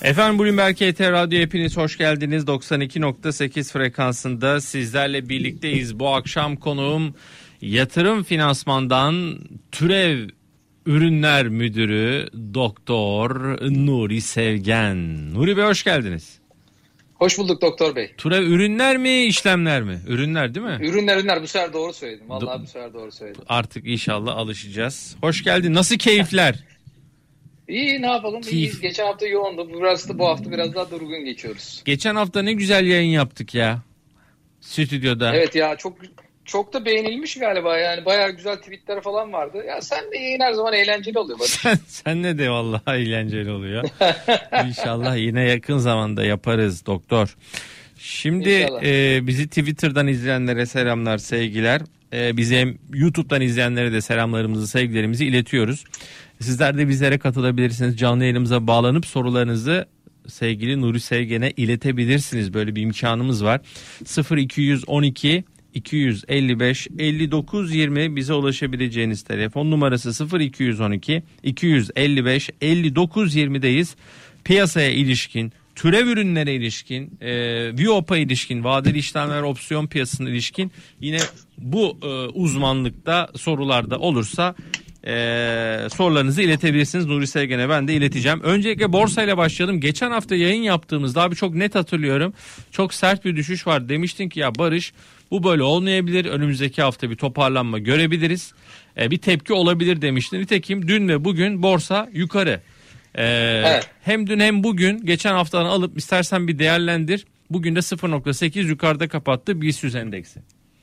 Efendim Bloomberg HT Radyo hepiniz hoş geldiniz. 92.8 frekansında sizlerle birlikteyiz. Bu akşam konuğum Yatırım Finansman'dan Türev Ürünler Müdürü Doktor Nuri Sevgen. Nuri Bey hoş geldiniz. Hoş bulduk Doktor Bey. Türev ürünler mi, işlemler mi? Ürünler değil mi? Ürünler bu sefer doğru söyledim. Vallahi bu sefer doğru söyledim. Artık inşallah alışacağız. Hoş geldin. Nasıl keyifler? İyi, ne yapalım? İyiyiz. Geçen hafta yoğundu. Bu hafta biraz daha durgun geçiyoruz. Geçen hafta ne güzel yayın yaptık ya. Stüdyoda. Evet ya, çok da beğenilmiş galiba, yani bayağı güzel tweetler falan vardı. Ya sen de yayın her zaman eğlenceli oluyor. Sen ne de vallahi eğlenceli oluyor. İnşallah yine yakın zamanda yaparız doktor. Şimdi bizi Twitter'dan izleyenlere selamlar, sevgiler. Bizi hem YouTube'dan izleyenlere de selamlarımızı, sevgilerimizi iletiyoruz. Sizler de bizlere katılabilirsiniz. Canlı yayınımıza bağlanıp sorularınızı sevgili Nuri Sevgen'e iletebilirsiniz. Böyle bir imkanımız var. 0212 255 59 20 bize ulaşabileceğiniz telefon numarası 0212 255 59 20'deyiz. Piyasaya ilişkin, türev ürünlere ilişkin, VIOP'a ilişkin, vadeli işlemler opsiyon piyasasına ilişkin yine bu uzmanlıkta sorularda olursa sorularınızı iletebilirsiniz. Nuri Sevgen'e ben de ileteceğim. Öncelikle borsayla başlayalım. Geçen hafta yayın yaptığımızda abi çok net hatırlıyorum. Çok sert bir düşüş var. Demiştin ki ya Barış bu böyle olmayabilir. Önümüzdeki hafta bir toparlanma görebiliriz. Bir tepki olabilir demiştin. Nitekim dün ve bugün borsa yukarı. Evet. Hem dün hem bugün geçen haftadan alıp istersen bir değerlendir. Bugün de 0.8 yukarıda kapattı BIST endeksi.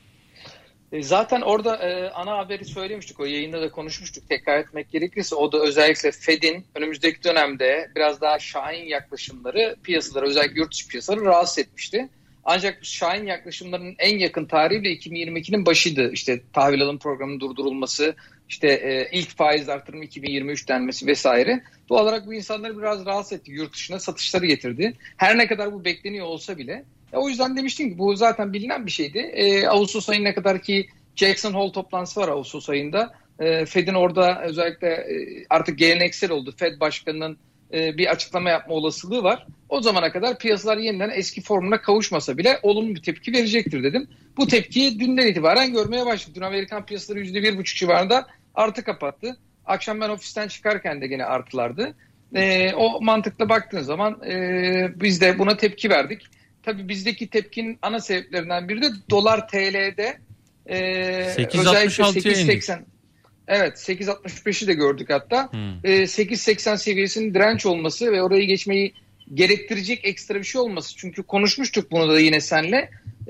Zaten orada ana haberi söylemiştik, o yayında da konuşmuştuk. Tekrar etmek gerekirse o da özellikle Fed'in önümüzdeki dönemde biraz daha şahin yaklaşımları piyasaları, özellikle yurt dışı piyasaları rahatsız etmişti. Ancak şahin yaklaşımların en yakın tarihi bile 2022'nin başıydı. İşte tahvil alım programının durdurulması, işte ilk faiz artırımı 2023 denmesi vesaire. Doğal olarak bu insanları biraz rahatsız etti. Yurt dışına satışları getirdi. Her ne kadar bu bekleniyor olsa bile. O yüzden demiştim ki bu zaten bilinen bir şeydi. Ağustos ayına kadar ki Jackson Hole toplantısı var Ağustos ayında. Fed'in orada özellikle artık geleneksel oldu. Fed başkanının bir açıklama yapma olasılığı var. O zamana kadar piyasalar yeniden eski formuna kavuşmasa bile olumlu bir tepki verecektir dedim. Bu tepkiyi dünden itibaren görmeye başladık. Dün Amerikan piyasaları %1,5 civarında artı kapattı. Akşam ben ofisten çıkarken de gene artılardı. O mantıkla baktığın zaman biz de buna tepki verdik. Tabii bizdeki tepkinin ana sebeplerinden biri de dolar TL'de özellikle 8.80. Evet, 8.65'i de gördük hatta. 8.80 seviyesinin direnç olması ve orayı geçmeyi gerektirecek ekstra bir şey olması. Çünkü konuşmuştuk bunu da yine senle.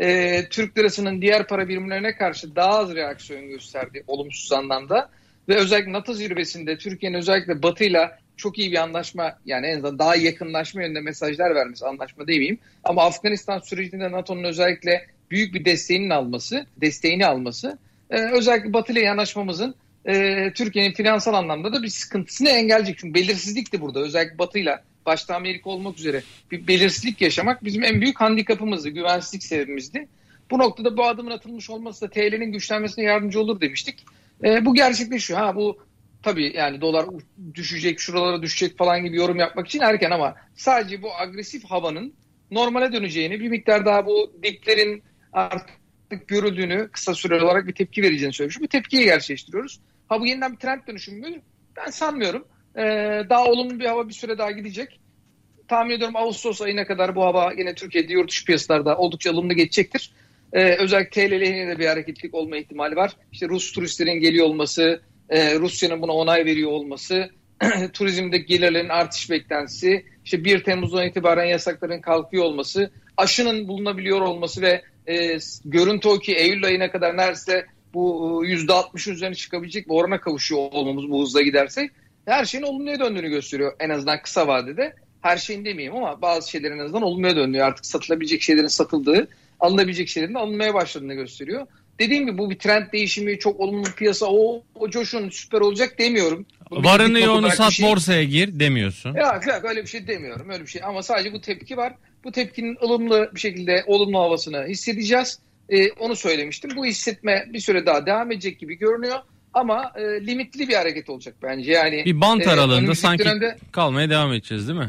Türk lirasının diğer para birimlerine karşı daha az reaksiyon gösterdi olumsuz anlamda. Ve özellikle NATO zirvesinde Türkiye'nin özellikle Batı'yla çok iyi bir anlaşma, yani en azından daha yakınlaşma yönünde mesajlar vermesi, anlaşma demeyeyim. Ama Afganistan sürecinde NATO'nun özellikle büyük bir desteğini alması özellikle Batı ile yanaşmamızın Türkiye'nin finansal anlamda da bir sıkıntısını engelleyecek. Çünkü belirsizlikti burada. Özellikle Batı'yla, başta Amerika olmak üzere bir belirsizlik yaşamak bizim en büyük handikapımızdı, güvensizlik sebebimizdi. Bu noktada bu adımın atılmış olması da TL'nin güçlenmesine yardımcı olur demiştik. Bu gerçekleşiyor. Bu tabii yani dolar düşecek, şuralara düşecek falan gibi yorum yapmak için erken ama sadece bu agresif havanın normale döneceğini, bir miktar daha bu diplerin artık görüldüğünü, kısa süreli olarak bir tepki vereceğini söylemiş. Bu tepkiyi gerçekleştiriyoruz. Bu yeniden bir trend dönüşümü mü? Ben sanmıyorum. Daha olumlu bir hava bir süre daha gidecek. Tahmin ediyorum Ağustos ayına kadar bu hava yine Türkiye'de yurt dışı piyasalarda oldukça ılımlı geçecektir. Özellikle TL lehine de bir hareketlilik olma ihtimali var. İşte Rus turistlerin geliyor olması, Rusya'nın buna onay veriyor olması, turizmdeki gelirlerin artış beklentisi, işte 1 Temmuz'dan itibaren yasakların kalkıyor olması, aşının bulunabiliyor olması ve görüntü o ki Eylül ayına kadar neredeyse bu %60'ın üzerine çıkabilecek bir orana kavuşuyor olmamız bu hızla gidersek her şeyin olumluya döndüğünü gösteriyor. En azından kısa vadede, her şeyin demeyeyim ama bazı şeylerin en azından olumluya dönüyor. Artık satılabilecek şeylerin satıldığı, alınabilecek şeylerin de alınmaya başladığını gösteriyor. Dediğim gibi bu bir trend değişimi, çok olumlu bir piyasa, o coşun süper olacak demiyorum. Varını yoğunu sat borsaya gir demiyorsun. Yok öyle bir şey demiyorum, öyle bir şey, ama sadece bu tepki var. Bu tepkinin ılımlı bir şekilde olumlu havasını hissedeceğiz. Onu söylemiştim. Bu hissetme bir süre daha devam edecek gibi görünüyor. Ama limitli bir hareket olacak bence. Yani bir bant aralığında sanki kalmaya devam edeceğiz değil mi?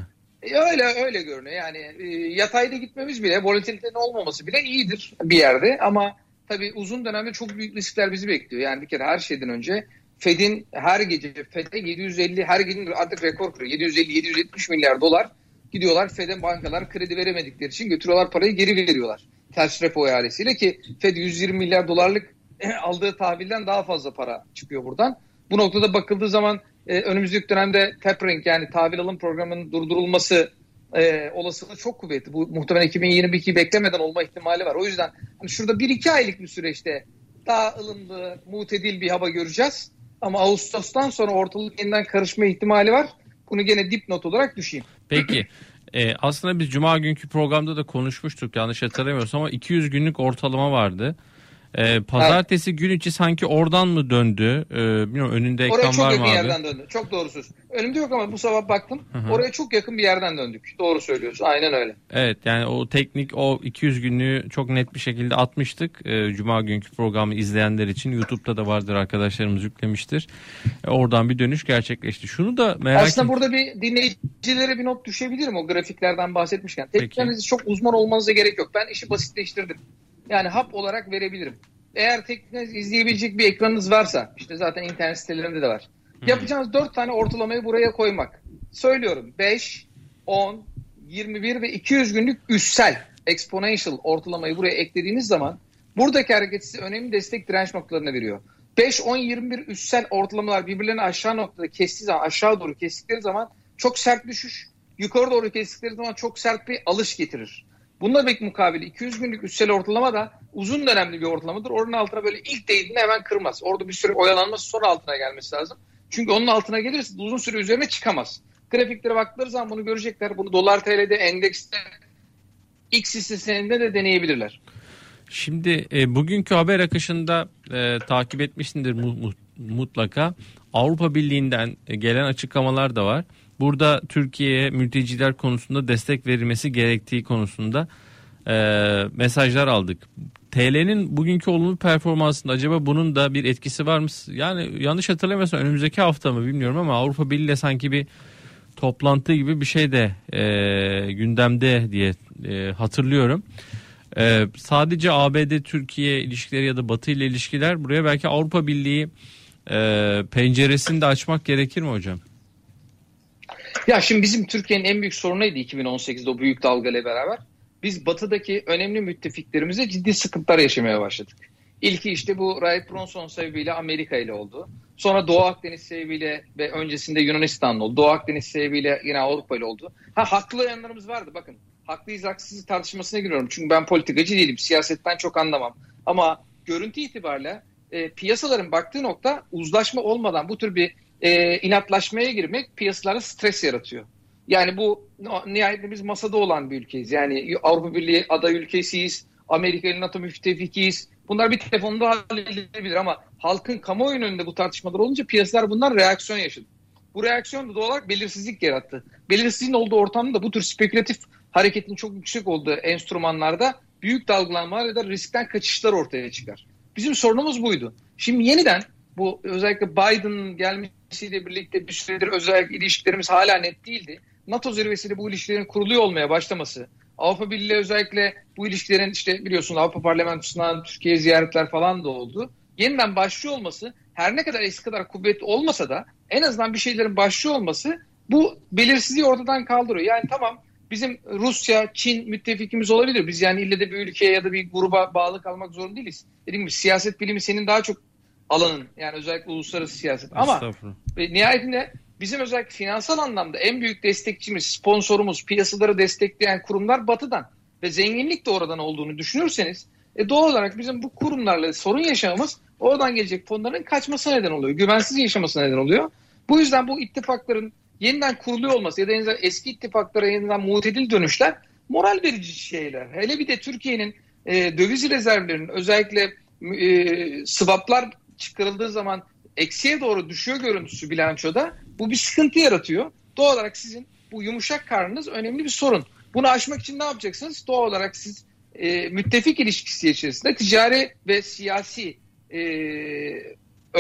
Öyle görünüyor. Yani yatayda gitmemiz bile, volatilitenin olmaması bile iyidir bir yerde. Ama tabii uzun dönemde çok büyük riskler bizi bekliyor. Yani bir kere her şeyden önce Fed'in her gece Fed'e 750, her gün artık rekor kırıyor. 750-770 milyar dolar gidiyorlar. Fed'e bankalar kredi veremedikleri için götürüyorlar, parayı geri veriyorlar. Ters repo ihalesiyle, ki Fed 120 milyar dolarlık aldığı tahvilden daha fazla para çıkıyor buradan. Bu noktada bakıldığı zaman önümüzdeki dönemde tapering, yani tahvil alım programının durdurulması olasılığı çok kuvvetli. Bu muhtemelen 2022'yi beklemeden olma ihtimali var. O yüzden hani şurada 1-2 aylık bir süreçte daha ılımlı, mutedil bir hava göreceğiz. Ama Ağustos'tan sonra ortalık yeniden karışma ihtimali var. Bunu gene dipnot olarak düşeyim. Peki. Aslında biz Cuma günkü programda da konuşmuştuk, yanlış hatırlamıyorsam, ama 200 günlük ortalama vardı. Pazartesi gün içi sanki oradan mı döndü? Bilmiyorum, önünde ekran var mı abi? Oraya çok yakın yerden döndü. Çok doğru söz. Önümde yok ama bu sabah baktım. Hı-hı. Oraya çok yakın bir yerden döndük. Doğru söylüyorsun. Aynen öyle. Evet, yani o teknik, o 200 günlüğü çok net bir şekilde atmıştık. Cuma günkü programı izleyenler için YouTube'da da vardır, arkadaşlarımız yüklemiştir. Oradan bir dönüş gerçekleşti. Şunu da merak Aslında burada bir dinleyicilere bir not düşebilirim o grafiklerden bahsetmişken. Teknik analizi çok uzman olmanıza gerek yok. Ben işi basitleştirdim. Yani hap olarak verebilirim. Eğer teknik izleyebilecek bir ekranınız varsa, işte zaten internet sitelerinde de var. Yapacağınız 4 tane ortalamayı buraya koymak. Söylüyorum, 5, 10, 21 ve 200 günlük üssel exponential ortalamayı buraya eklediğiniz zaman buradaki hareket size önemli destek direnç noktalarına veriyor. 5, 10, 21 üssel ortalamalar birbirlerini aşağı noktada kestiği zaman, aşağı doğru kestikleri zaman çok sert düşüş, yukarı doğru kestikleri zaman çok sert bir alış getirir. Bununla mukabili 200 günlük üstsel ortalama da uzun dönemli bir ortalamadır. Oranın altına böyle ilk değdiğinde hemen kırmaz. Orada bir süre oyalanması, sonra altına gelmesi lazım. Çünkü onun altına gelirse uzun süre üzerine çıkamaz. Grafiklere baktıkları zaman bunu görecekler. Bunu dolar TL'de, endekste, X hissesinde de deneyebilirler. Şimdi bugünkü haber akışında takip etmişsindir mutlaka. Avrupa Birliği'nden gelen açıklamalar da var. Burada Türkiye'ye mülteciler konusunda destek verilmesi gerektiği konusunda mesajlar aldık. TL'nin bugünkü olumlu performansında acaba bunun da bir etkisi var mı? Yani yanlış hatırlamıyorsam önümüzdeki hafta mı bilmiyorum ama Avrupa Birliği ile sanki bir toplantı gibi bir şey de gündemde diye hatırlıyorum. Sadece ABD-Türkiye ilişkileri ya da Batı ile ilişkiler, buraya belki Avrupa Birliği penceresini de açmak gerekir mi hocam? Ya şimdi bizim Türkiye'nin en büyük sorunu neydi 2018'de o büyük dalgayla beraber? Biz batıdaki önemli müttefiklerimize ciddi sıkıntılar yaşamaya başladık. İlki işte bu Rahip Bronson sebebiyle Amerika ile oldu. Sonra Doğu Akdeniz sebebiyle ve öncesinde Yunanistan'la oldu. Doğu Akdeniz sebebiyle yine Avrupa ile oldu. Haklı yanlarımız vardı, bakın. Haklıyız haksızız tartışmasına giriyorum. Çünkü ben politikacı değilim. Siyasetten çok anlamam. Ama görüntü itibariyle piyasaların baktığı nokta, uzlaşma olmadan bu tür bir inatlaşmaya girmek piyasalarda stres yaratıyor. Yani bu nihayetinde biz masada olan bir ülkeyiz. Yani Avrupa Birliği aday ülkesiyiz. Amerika ile NATO müttefikiyiz. Bunlar bir telefonda halledilebilir ama halkın kamuoyunun önünde bu tartışmalar olunca piyasalar bunlar reaksiyon yaşadı. Bu reaksiyon da doğal olarak belirsizlik yarattı. Belirsizliğin olduğu ortamda da bu tür spekülatif hareketin çok yüksek olduğu enstrümanlarda büyük dalgalanmalar ya da riskten kaçışlar ortaya çıkar. Bizim sorunumuz buydu. Şimdi yeniden bu özellikle Biden'ın gelmesiyle birlikte bir süredir özellikle ilişkilerimiz hala net değildi. NATO zirvesiyle bu ilişkilerin kuruluyor olmaya başlaması, Avrupa Birliği özellikle bu ilişkilerin işte biliyorsunuz Avrupa Parlamentosu'ndan Türkiye'ye ziyaretler falan da oldu. Yeniden başlıyor olması, her ne kadar eski kadar kuvvetli olmasa da en azından bir şeylerin başlıyor olması bu belirsizliği ortadan kaldırıyor. Yani tamam, bizim Rusya, Çin müttefikimiz olabilir. Biz yani ille de bir ülkeye ya da bir gruba bağlı kalmak zorunda değiliz. Dediğim gibi siyaset bilimi senin daha çok alanın, yani özellikle uluslararası siyaset. Ama nihayetinde bizim özellikle finansal anlamda en büyük destekçimiz, sponsorumuz, piyasaları destekleyen kurumlar Batı'dan ve zenginlik de oradan olduğunu düşünürseniz doğal olarak bizim bu kurumlarla sorun yaşamamız oradan gelecek fonların kaçmasına neden oluyor. Güvensiz yaşamasına neden oluyor. Bu yüzden bu ittifakların yeniden kuruluyor olması ya da eski ittifaklara yeniden mutedil dönüşler moral verici şeyler. Hele bir de Türkiye'nin döviz rezervlerinin özellikle swaplar çıkarıldığı zaman eksiye doğru düşüyor görüntüsü bilançoda, bu bir sıkıntı yaratıyor. Doğal olarak sizin bu yumuşak karnınız önemli bir sorun. Bunu aşmak için ne yapacaksınız? Doğal olarak siz müttefik ilişkisi içerisinde ticari ve siyasi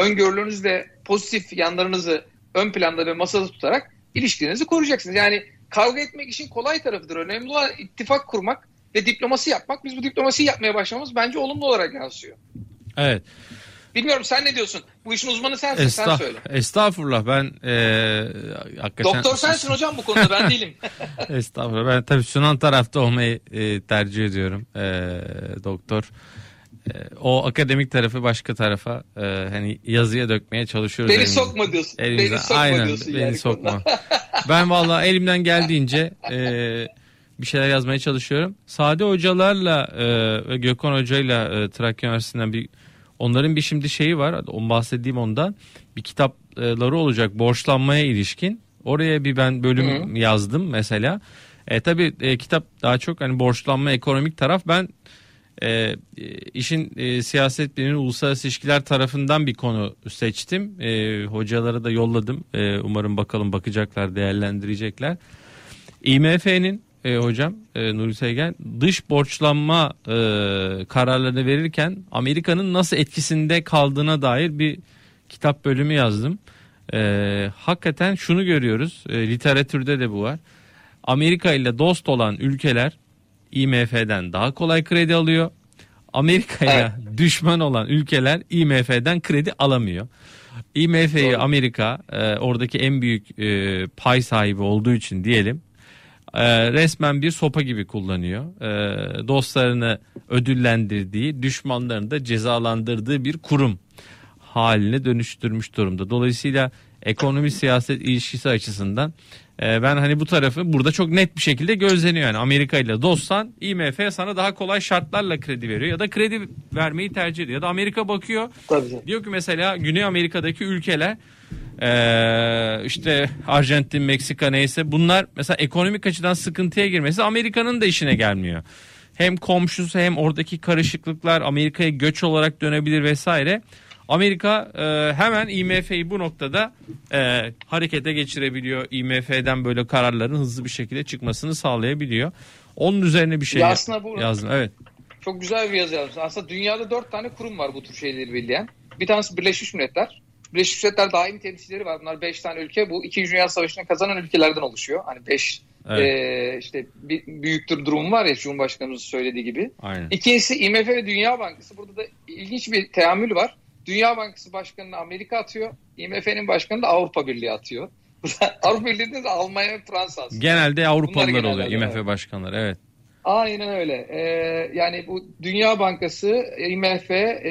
öngörülerinizle pozitif yanlarınızı ön planda ve masada tutarak ilişkilerinizi koruyacaksınız. Yani kavga etmek işin kolay tarafıdır. Önemli olan ittifak kurmak ve diplomasi yapmak. Biz bu diplomasiyi yapmaya başlamamız bence olumlu olarak yansıyor. Evet. Bilmiyorum, sen ne diyorsun? Bu işin uzmanı sensin, sen söyle. Estağfurullah, ben hakikaten... Doktor sensin hocam bu konuda, ben değilim. Estağfurullah, ben tabii sunan tarafta olmayı tercih ediyorum doktor. O akademik tarafı başka tarafa hani yazıya dökmeye çalışıyoruz. Beni sokma diyorsun. Beni sokma aynen, diyorsun beni yani sokma. Ben vallahi elimden geldiğince bir şeyler yazmaya çalışıyorum. Sade hocalarla ve Gökhan hocayla Trakya Üniversitesi'nden onların bir şimdi şeyi var. Bahsedeyim ondan. Bir kitapları olacak borçlanmaya ilişkin. Oraya bir ben bölüm yazdım mesela. Tabii kitap daha çok hani borçlanma, ekonomik taraf. Ben işin siyaset biliminin uluslararası ilişkiler tarafından bir konu seçtim. Hocalara da yolladım. Umarım bakalım bakacaklar, değerlendirecekler. IMF'nin hocam Nuri Sevgen dış borçlanma kararlarını verirken Amerika'nın nasıl etkisinde kaldığına dair bir kitap bölümü yazdım. Hakikaten şunu görüyoruz. Literatürde de bu var. Amerika ile dost olan ülkeler IMF'den daha kolay kredi alıyor. Amerika ile düşman olan ülkeler IMF'den kredi alamıyor. IMF'yi Amerika oradaki en büyük pay sahibi olduğu için diyelim resmen bir sopa gibi kullanıyor. Dostlarını ödüllendirdiği, düşmanlarını da cezalandırdığı bir kurum haline dönüştürmüş durumda. Dolayısıyla ekonomi siyaset ilişkisi açısından ben hani bu tarafı burada çok net bir şekilde gözleniyor. Yani Amerika ile dostsan IMF sana daha kolay şartlarla kredi veriyor ya da kredi vermeyi tercih ediyor. Ya da Amerika bakıyor, diyor ki mesela Güney Amerika'daki ülkeler işte Arjantin, Meksika neyse bunlar mesela ekonomik açıdan sıkıntıya girmesi Amerika'nın da işine gelmiyor. Hem komşusu hem oradaki karışıklıklar Amerika'ya göç olarak dönebilir vesaire. Amerika hemen IMF'yi bu noktada harekete geçirebiliyor. IMF'den böyle kararların hızlı bir şekilde çıkmasını sağlayabiliyor. Onun üzerine bir şey yazdım. Evet. Çok güzel bir yazı yazmış. Aslında dünyada 4 tane kurum var bu tür şeyleri belirleyen. Bir tanesi Birleşmiş Milletler. Birleşmiş Milletler daimi temsilcileri var. Bunlar 5 tane ülke. Bu 2. Dünya Savaşı'nı kazanan ülkelerden oluşuyor. Hani 5 işte bir büyüktür durum var ya, Cumhurbaşkanımızın söylediği gibi. Aynen. İkincisi IMF ve Dünya Bankası. Burada da ilginç bir teamül var. Dünya Bankası Başkanı'nı Amerika atıyor. IMF'nin başkanı da Avrupa Birliği atıyor. Avrupa Birliği'nde de Almanya ve Fransa aslında. Genelde Avrupalılar oluyor IMF başkanları, evet. Aynen öyle. Yani bu Dünya Bankası, IMF,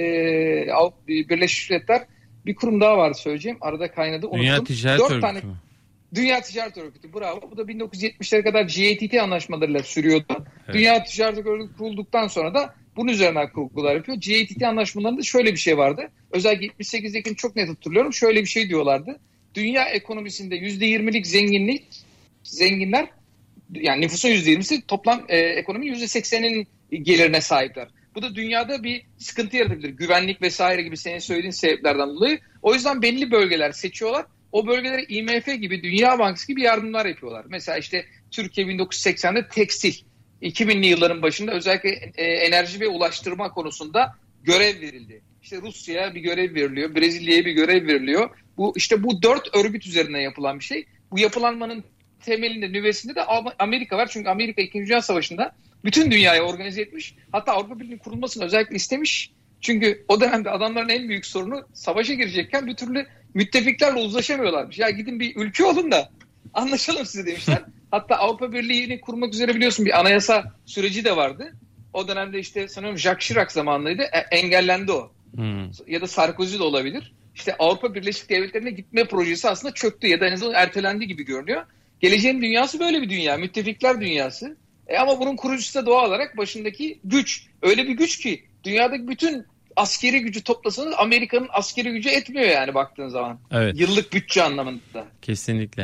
Birleşmiş Milletler, bir kurum daha vardı söyleyeceğim. Arada kaynadı, unuttum. Dünya Ticaret Örgütü mü? Dünya Ticaret Örgütü, bravo. Bu da 1970'lere kadar GATT anlaşmalarıyla sürüyordu. Evet. Dünya Ticaret Örgütü kurulduktan sonra da bunun üzerinden kurgular yapıyor. GATT anlaşmalarında şöyle bir şey vardı. Özellikle 78'dekini çok net hatırlıyorum. Şöyle bir şey diyorlardı. Dünya ekonomisinde %20'lik zenginler, yani nüfusun %20'si toplam ekonominin %80'inin gelirine sahipler. Bu da dünyada bir sıkıntı yaratabilir. Güvenlik vesaire gibi senin söylediğin sebeplerden dolayı. O yüzden belli bölgeler seçiyorlar. O bölgelere IMF gibi, Dünya Bankası gibi yardımlar yapıyorlar. Mesela işte Türkiye 1980'de tekstil, 2000'li yılların başında özellikle enerji ve ulaştırma konusunda görev verildi. İşte Rusya'ya bir görev veriliyor, Brezilya'ya bir görev veriliyor. Bu işte bu 4 örgüt üzerinden yapılan bir şey. Bu yapılanmanın temelinde, nüvesinde de Amerika var. Çünkü Amerika 2. Dünya Savaşı'nda bütün dünyayı organize etmiş. Hatta Avrupa Birliği'nin kurulmasını özellikle istemiş. Çünkü o dönemde adamların en büyük sorunu savaşa girecekken bir türlü müttefiklerle uzlaşamıyorlarmış. Ya gidin bir ülke olun da anlaşalım size demişler. Hatta Avrupa Birliği'ni kurmak üzere biliyorsun bir anayasa süreci de vardı. O dönemde işte sanıyorum Jacques Chirac zamanındaydı. Engellendi o. Ya da Sarkozy de olabilir. İşte Avrupa Birleşik Devletleri'ne gitme projesi aslında çöktü ya da en azından ertelendi gibi görünüyor. Geleceğin dünyası böyle bir dünya. Müttefikler dünyası. Ama bunun kurucusu da doğal olarak başındaki güç. Öyle bir güç ki dünyadaki bütün askeri gücü toplasanız Amerika'nın askeri gücü etmiyor yani baktığın zaman. Evet. Yıllık bütçe anlamında. Kesinlikle.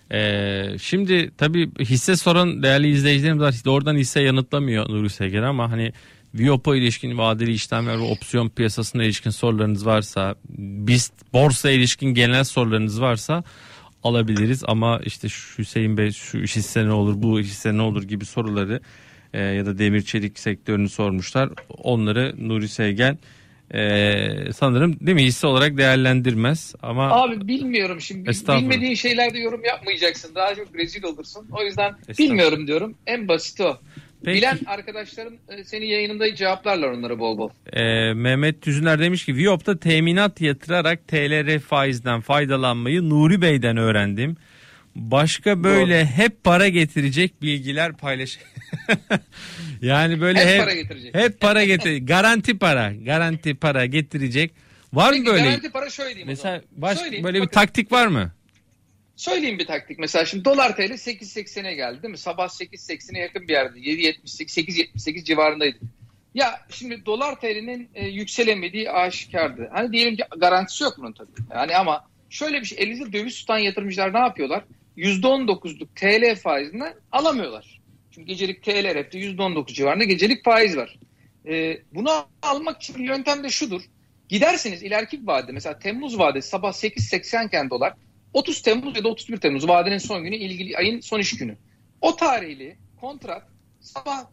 Şimdi tabii hisse soran değerli izleyicilerimiz var. Doğrudan hisse yanıtlamıyor Nuri Sevgen ama hani Viop'a ilişkin vadeli işlemler ve opsiyon piyasasına ilişkin sorularınız varsa, BIST borsa ilişkin genel sorularınız varsa alabiliriz. Ama işte şu Hüseyin Bey şu hisse ne olur, bu hisse ne olur gibi soruları ya da demir çelik sektörünü sormuşlar. Onları Nuri Sevgen Sanırım değil mi, hisse olarak değerlendirmez ama abi bilmiyorum, şimdi bilmediğin şeylerde yorum yapmayacaksın, daha çok rezil olursun, o yüzden bilmiyorum diyorum, en basit o. Peki. Bilen arkadaşların senin yayınında cevaplarlar onları bol bol. Mehmet Tüzüner demiş ki Viyop'ta teminat yatırarak TLR faizden faydalanmayı Nuri Bey'den öğrendim. Başka böyle doğru, hep para getirecek bilgiler paylaş. Yani böyle hep para getirecek. Garanti para getirecek. Var mı böyle? Garanti para şöyle diyeyim. Mesela böyle bir taktik var mı? Söyleyeyim bir taktik. Mesela şimdi dolar TL 8.80'e geldi değil mi? Sabah 8.80'e yakın bir yerde. 7.78, 8.78 civarındaydı. Ya şimdi dolar TL'nin yükselemediği aşikardı. Hani diyelim ki garantisi yok bunun tabii. Yani ama şöyle bir şey, elinizde döviz tutan yatırımcılar ne yapıyorlar? %19'luk TL faizinden alamıyorlar. Çünkü gecelik TL hepte %19 civarında gecelik faiz var. Bunu almak için bir yöntem de şudur. Giderseniz ileriki bir vade, mesela Temmuz vadesi sabah 8.80 iken dolar, 30 Temmuz ya da 31 Temmuz vadenin son günü, ilgili ayın son iş günü. O tarihli kontrat sabah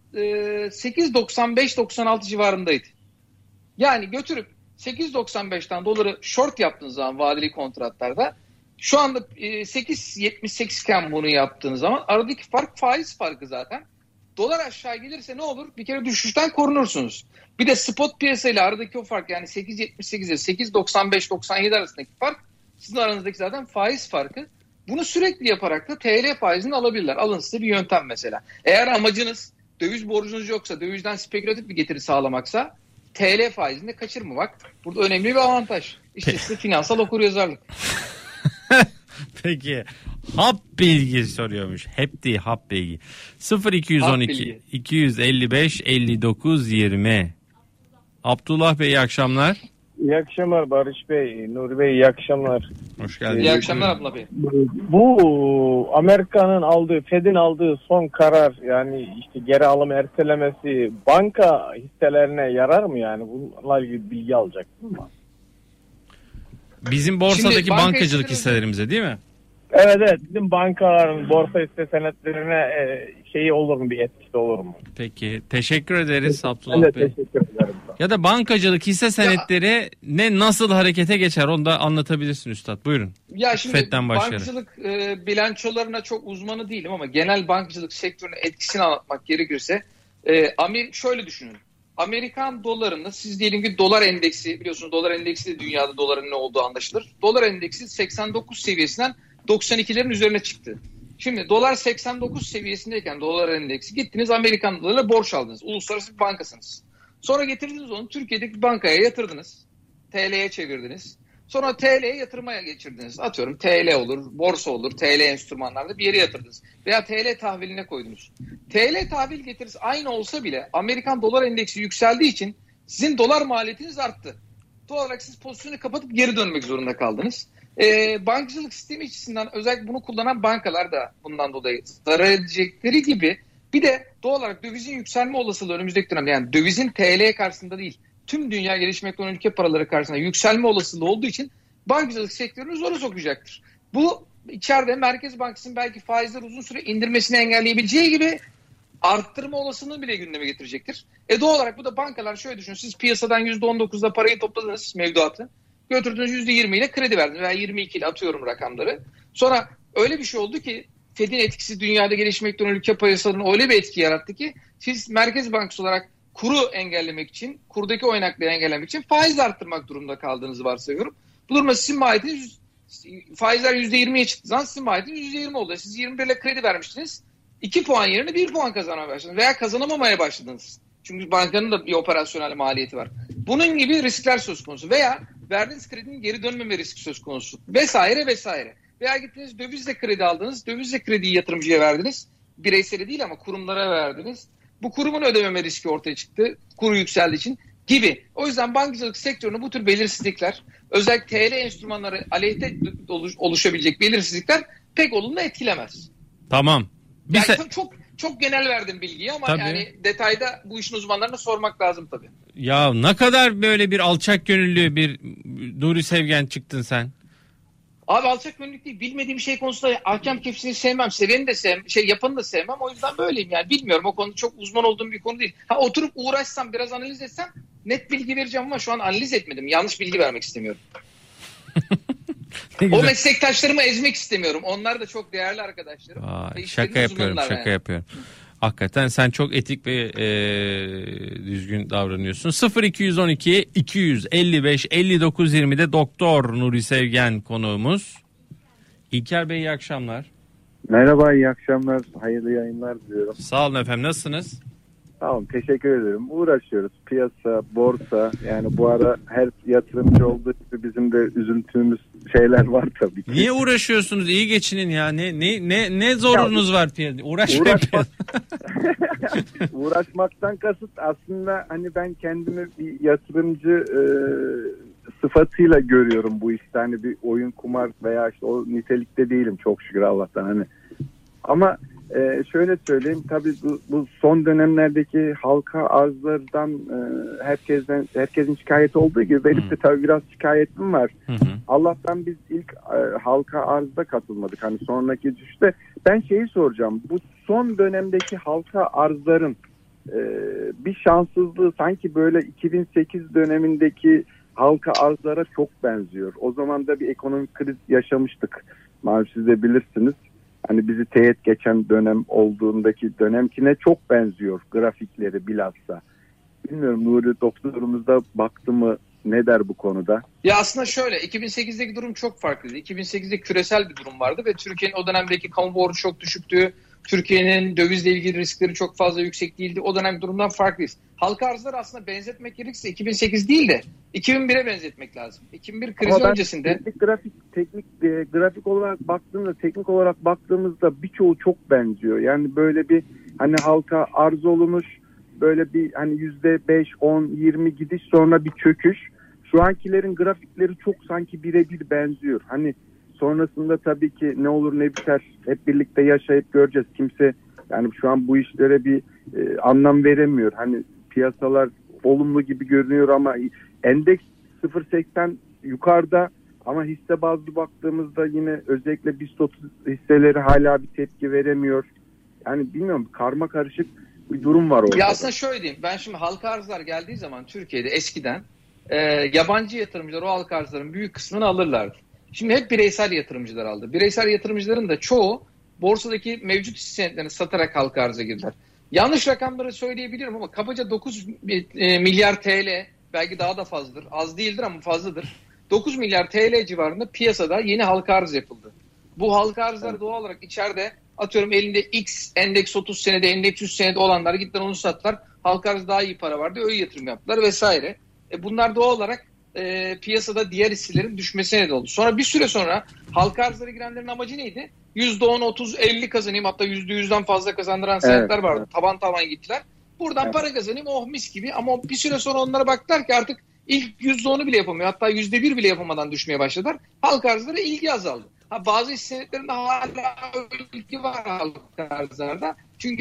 8.95-96 civarındaydı. Yani götürüp 8.95'ten doları short yaptığınız zaman vadeli kontratlarda, şu anda 8.78 iken bunu yaptığınız zaman aradaki fark faiz farkı zaten. Dolar aşağı gelirse ne olur? Bir kere düşüşten korunursunuz. Bir de spot piyasayla aradaki o fark, yani 8.78 ile 8.95-97 arasındaki fark sizin aranızdaki zaten faiz farkı. Bunu sürekli yaparak da TL faizini alabilirler. Alın size bir yöntem mesela. Eğer amacınız döviz borcunuz yoksa, dövizden spekülatif bir getiri sağlamaksa TL faizini de kaçırmamak burada önemli bir avantaj. İşte size finansal okuryazarlık. Peki. Hap bilgi soruyormuş. Hep değil, hap bilgi. 0212 255 59 20. Abdullah Bey iyi akşamlar. İyi akşamlar Barış Bey, Nuri Bey iyi akşamlar. Hoş geldiniz. İyi akşamlar Abdullah Bey. Bu Amerika'nın aldığı, Fed'in aldığı son karar, yani işte geri alım ertelemesi banka hisselerine yarar mı yani? Bununla ilgili bilgi alacaktım mı? Bizim borsadaki bankacılık hisselerimize değil mi? Evet, bizim bankaların borsa hisse senetlerine şeyi olur mu, bir etkisi olur mu? Peki teşekkür ederiz Abdullah Bey. Teşekkür ederim. Ya da bankacılık hisse senetleri nasıl harekete geçer, onu da anlatabilirsin Üstad. Buyurun. Ya şimdi bankacılık bilançolarına çok uzmanı değilim ama genel bankacılık sektörüne etkisini anlatmak gerekirse şöyle düşünün. Amerikan dolarını, siz diyelim ki dolar endeksi, biliyorsunuz dolar endeksi de dünyada doların ne olduğu anlaşılır. Dolar endeksi 89 seviyesinden 92'lerin üzerine çıktı. Şimdi dolar 89 seviyesindeyken dolar endeksi, gittiniz Amerikan dolarıyla borç aldınız. Uluslararası bir bankasınız. Sonra getirdiniz onu Türkiye'deki bir bankaya yatırdınız. TL'ye çevirdiniz. Sonra TL'ye yatırmaya geçirdiniz. Atıyorum TL olur, borsa olur, TL enstrümanlarda bir yere yatırdınız. Veya TL tahviline koydunuz. TL tahvil getirisi aynı olsa bile Amerikan dolar endeksi yükseldiği için sizin dolar maliyetiniz arttı. Doğal olarak siz pozisyonu kapatıp geri dönmek zorunda kaldınız. Bankacılık sistemi açısından özellikle bunu kullanan bankalar da bundan dolayı zarar edecekleri gibi, bir de doğal olarak dövizin yükselme olasılığı önümüzdeki dönemde, yani dövizin TL karşısında değil, tüm dünya gelişmekte olan ülke paraları karşısında yükselme olasılığı olduğu için bankacılık sektörünü zora sokacaktır. Bu içeride Merkez Bankası'nın belki faizleri uzun süre indirmesini engelleyebileceği gibi arttırma olasılığını bile gündeme getirecektir. Doğal olarak bu da bankalar şöyle düşünün. Siz piyasadan %19'da parayı topladınız, mevduatı. Götürdünüz %20 ile kredi verdiniz veya 22 ile, atıyorum rakamları. Sonra öyle bir şey oldu ki Fed'in etkisi dünyada gelişmekte olan ülke piyasalarına öyle bir etki yarattı ki siz Merkez Bankası olarak kuru engellemek için, kurdaki oynaklığı engellemek için faiz arttırmak durumunda kaldığınızı varsayıyorum. Bu durumda sizin maliyetiniz, faizler %20'ye çıktığı zaman sizin maliyetiniz %20 oldu. Siz 21 ile kredi vermiştiniz. 2 puan yerine 1 puan kazanmaya başladınız veya kazanamamaya başladınız. Çünkü bankanın da bir operasyonel maliyeti var. Bunun gibi riskler söz konusu veya verdiğiniz kredinin geri dönmeme riski söz konusu vesaire vesaire. Veya gittiniz dövizle kredi aldınız, dövizle krediyi yatırımcıya verdiniz. Bireysel değil ama kurumlara verdiniz. Bu kurumun ödememe riski ortaya çıktı, kuru yükseldiği için gibi. O yüzden bankacılık sektöründe bu tür belirsizlikler, özellikle TL enstrümanları aleyhte oluşabilecek belirsizlikler pek olumlu etkilemez. Tamam. Yani çok genel verdim bilgiyi ama tabii, yani detayda bu işin uzmanlarına sormak lazım tabii. Ya ne kadar böyle bir alçak gönüllü bir Nuri Sevgen çıktın sen. Abi alçak gönüllülük değil. Bilmediğim şey konusunda hakem kefsini sevmem. Seveni de sevmem. Yapanı da sevmem. O yüzden böyleyim yani. Bilmiyorum, o konuda çok uzman olduğum bir konu değil. Oturup uğraşsam, biraz analiz etsem net bilgi vereceğim ama şu an analiz etmedim. Yanlış bilgi vermek istemiyorum. O meslektaşlarımı ezmek istemiyorum. Onlar da çok değerli arkadaşlarım. Şaka yapıyorum. Hakikaten sen çok etik ve düzgün davranıyorsun. 0212 255 59 20'de Doktor Nuri Sevgen konuğumuz. İlker Bey iyi akşamlar. Merhaba, iyi akşamlar. Hayırlı yayınlar diliyorum. Sağ olun efendim, nasılsınız? Sağ olun, teşekkür ederim. Uğraşıyoruz. Piyasa, borsa, yani bu ara her yatırımcı olduğu gibi bizim de üzüntümüz şeyler var tabii ki. Niye uğraşıyorsunuz? İyi geçinin ya. Ne zorunuz var piyasa? Uğraşmak. Uğraşmaktan kasıt aslında hani ben kendimi bir yatırımcı sıfatıyla görüyorum bu işte. Hani bir oyun, kumar veya işte o nitelikte değilim çok şükür Allah'tan hani. Ama şöyle söyleyeyim, tabii bu son dönemlerdeki halka arzlardan herkesin şikayeti olduğu gibi benim de tabii biraz şikayetim var. Allah'tan biz ilk halka arzda katılmadık. Hani sonraki düşüşte ben şeyi soracağım. Bu son dönemdeki halka arzların bir şanssızlığı sanki böyle 2008 dönemindeki halka arzlara çok benziyor. O zaman da bir ekonomik kriz yaşamıştık. Malum siz de bilirsiniz. Hani bizi teğet geçen dönem olduğundaki dönemkine çok benziyor grafikleri bilhassa. Bilmiyorum, Nuri doktorumuz da baktı mı, ne der bu konuda? Ya aslında şöyle, 2008'deki durum çok farklıydı. 2008'de küresel bir durum vardı ve Türkiye'nin o dönemdeki kamu borcu çok düşüktü. Türkiye'nin dövizle ilgili riskleri çok fazla yüksek değildi. O dönem durumdan farklıyız. Halka arzları aslında benzetmek gerekirse 2008 değil de 2001'e benzetmek lazım. 2001 krizi öncesinde. Grafik olarak baktığımızda, teknik olarak baktığımızda birçoğu çok benziyor. Yani böyle bir hani halka arz olmuş, böyle bir hani %5, 10, 20 gidiş sonra bir çöküş. Şu ankilerin grafikleri çok sanki birebir benziyor. Hani sonrasında tabii ki ne olur ne biter hep birlikte yaşayıp göreceğiz. Kimse yani şu an bu işlere bir anlam veremiyor. Hani piyasalar olumlu gibi görünüyor ama endeks 0.80 yukarıda ama hisse bazlı baktığımızda yine özellikle BIST 30 hisseleri hala bir tepki veremiyor. Yani bilmiyorum, karma karışık bir durum var orada. Ya aslında şöyle diyeyim, ben şimdi halka arzlar geldiği zaman Türkiye'de eskiden yabancı yatırımcılar o halka arzların büyük kısmını alırlardı. Şimdi hep bireysel yatırımcılar aldı. Bireysel yatırımcıların da çoğu borsadaki mevcut hisse senetlerini satarak halka arza girdiler. Yanlış rakamları söyleyebilirim ama kabaca 9 milyar TL, belki daha da fazladır. Az değildir ama fazladır. 9 milyar TL civarında piyasada yeni halka arz yapıldı. Bu halka arzlar doğal olarak içeride, atıyorum elinde X endeks 30 senede, endeks 100 senede olanlar gittiler onu sattılar. Halka arz daha iyi para vardı, öyle yatırım yaptılar vesaire. Bunlar doğal olarak piyasada diğer hisselerin düşmesine neden oldu. Sonra bir süre sonra halka arzlara girenlerin amacı neydi? %10, 30, 50 kazanayım, hatta %100'den fazla kazandıran senetler vardı. Evet. Taban gittiler. Buradan para kazanayım, oh mis gibi, ama bir süre sonra onlara baktılar ki artık ilk %10'u bile yapamıyor. Hatta %1 bile yapamadan düşmeye başladılar. Halka arzlara ilgi azaldı. Bazı hisse senetlerinde hala ilgi var halka arzlarda. Çünkü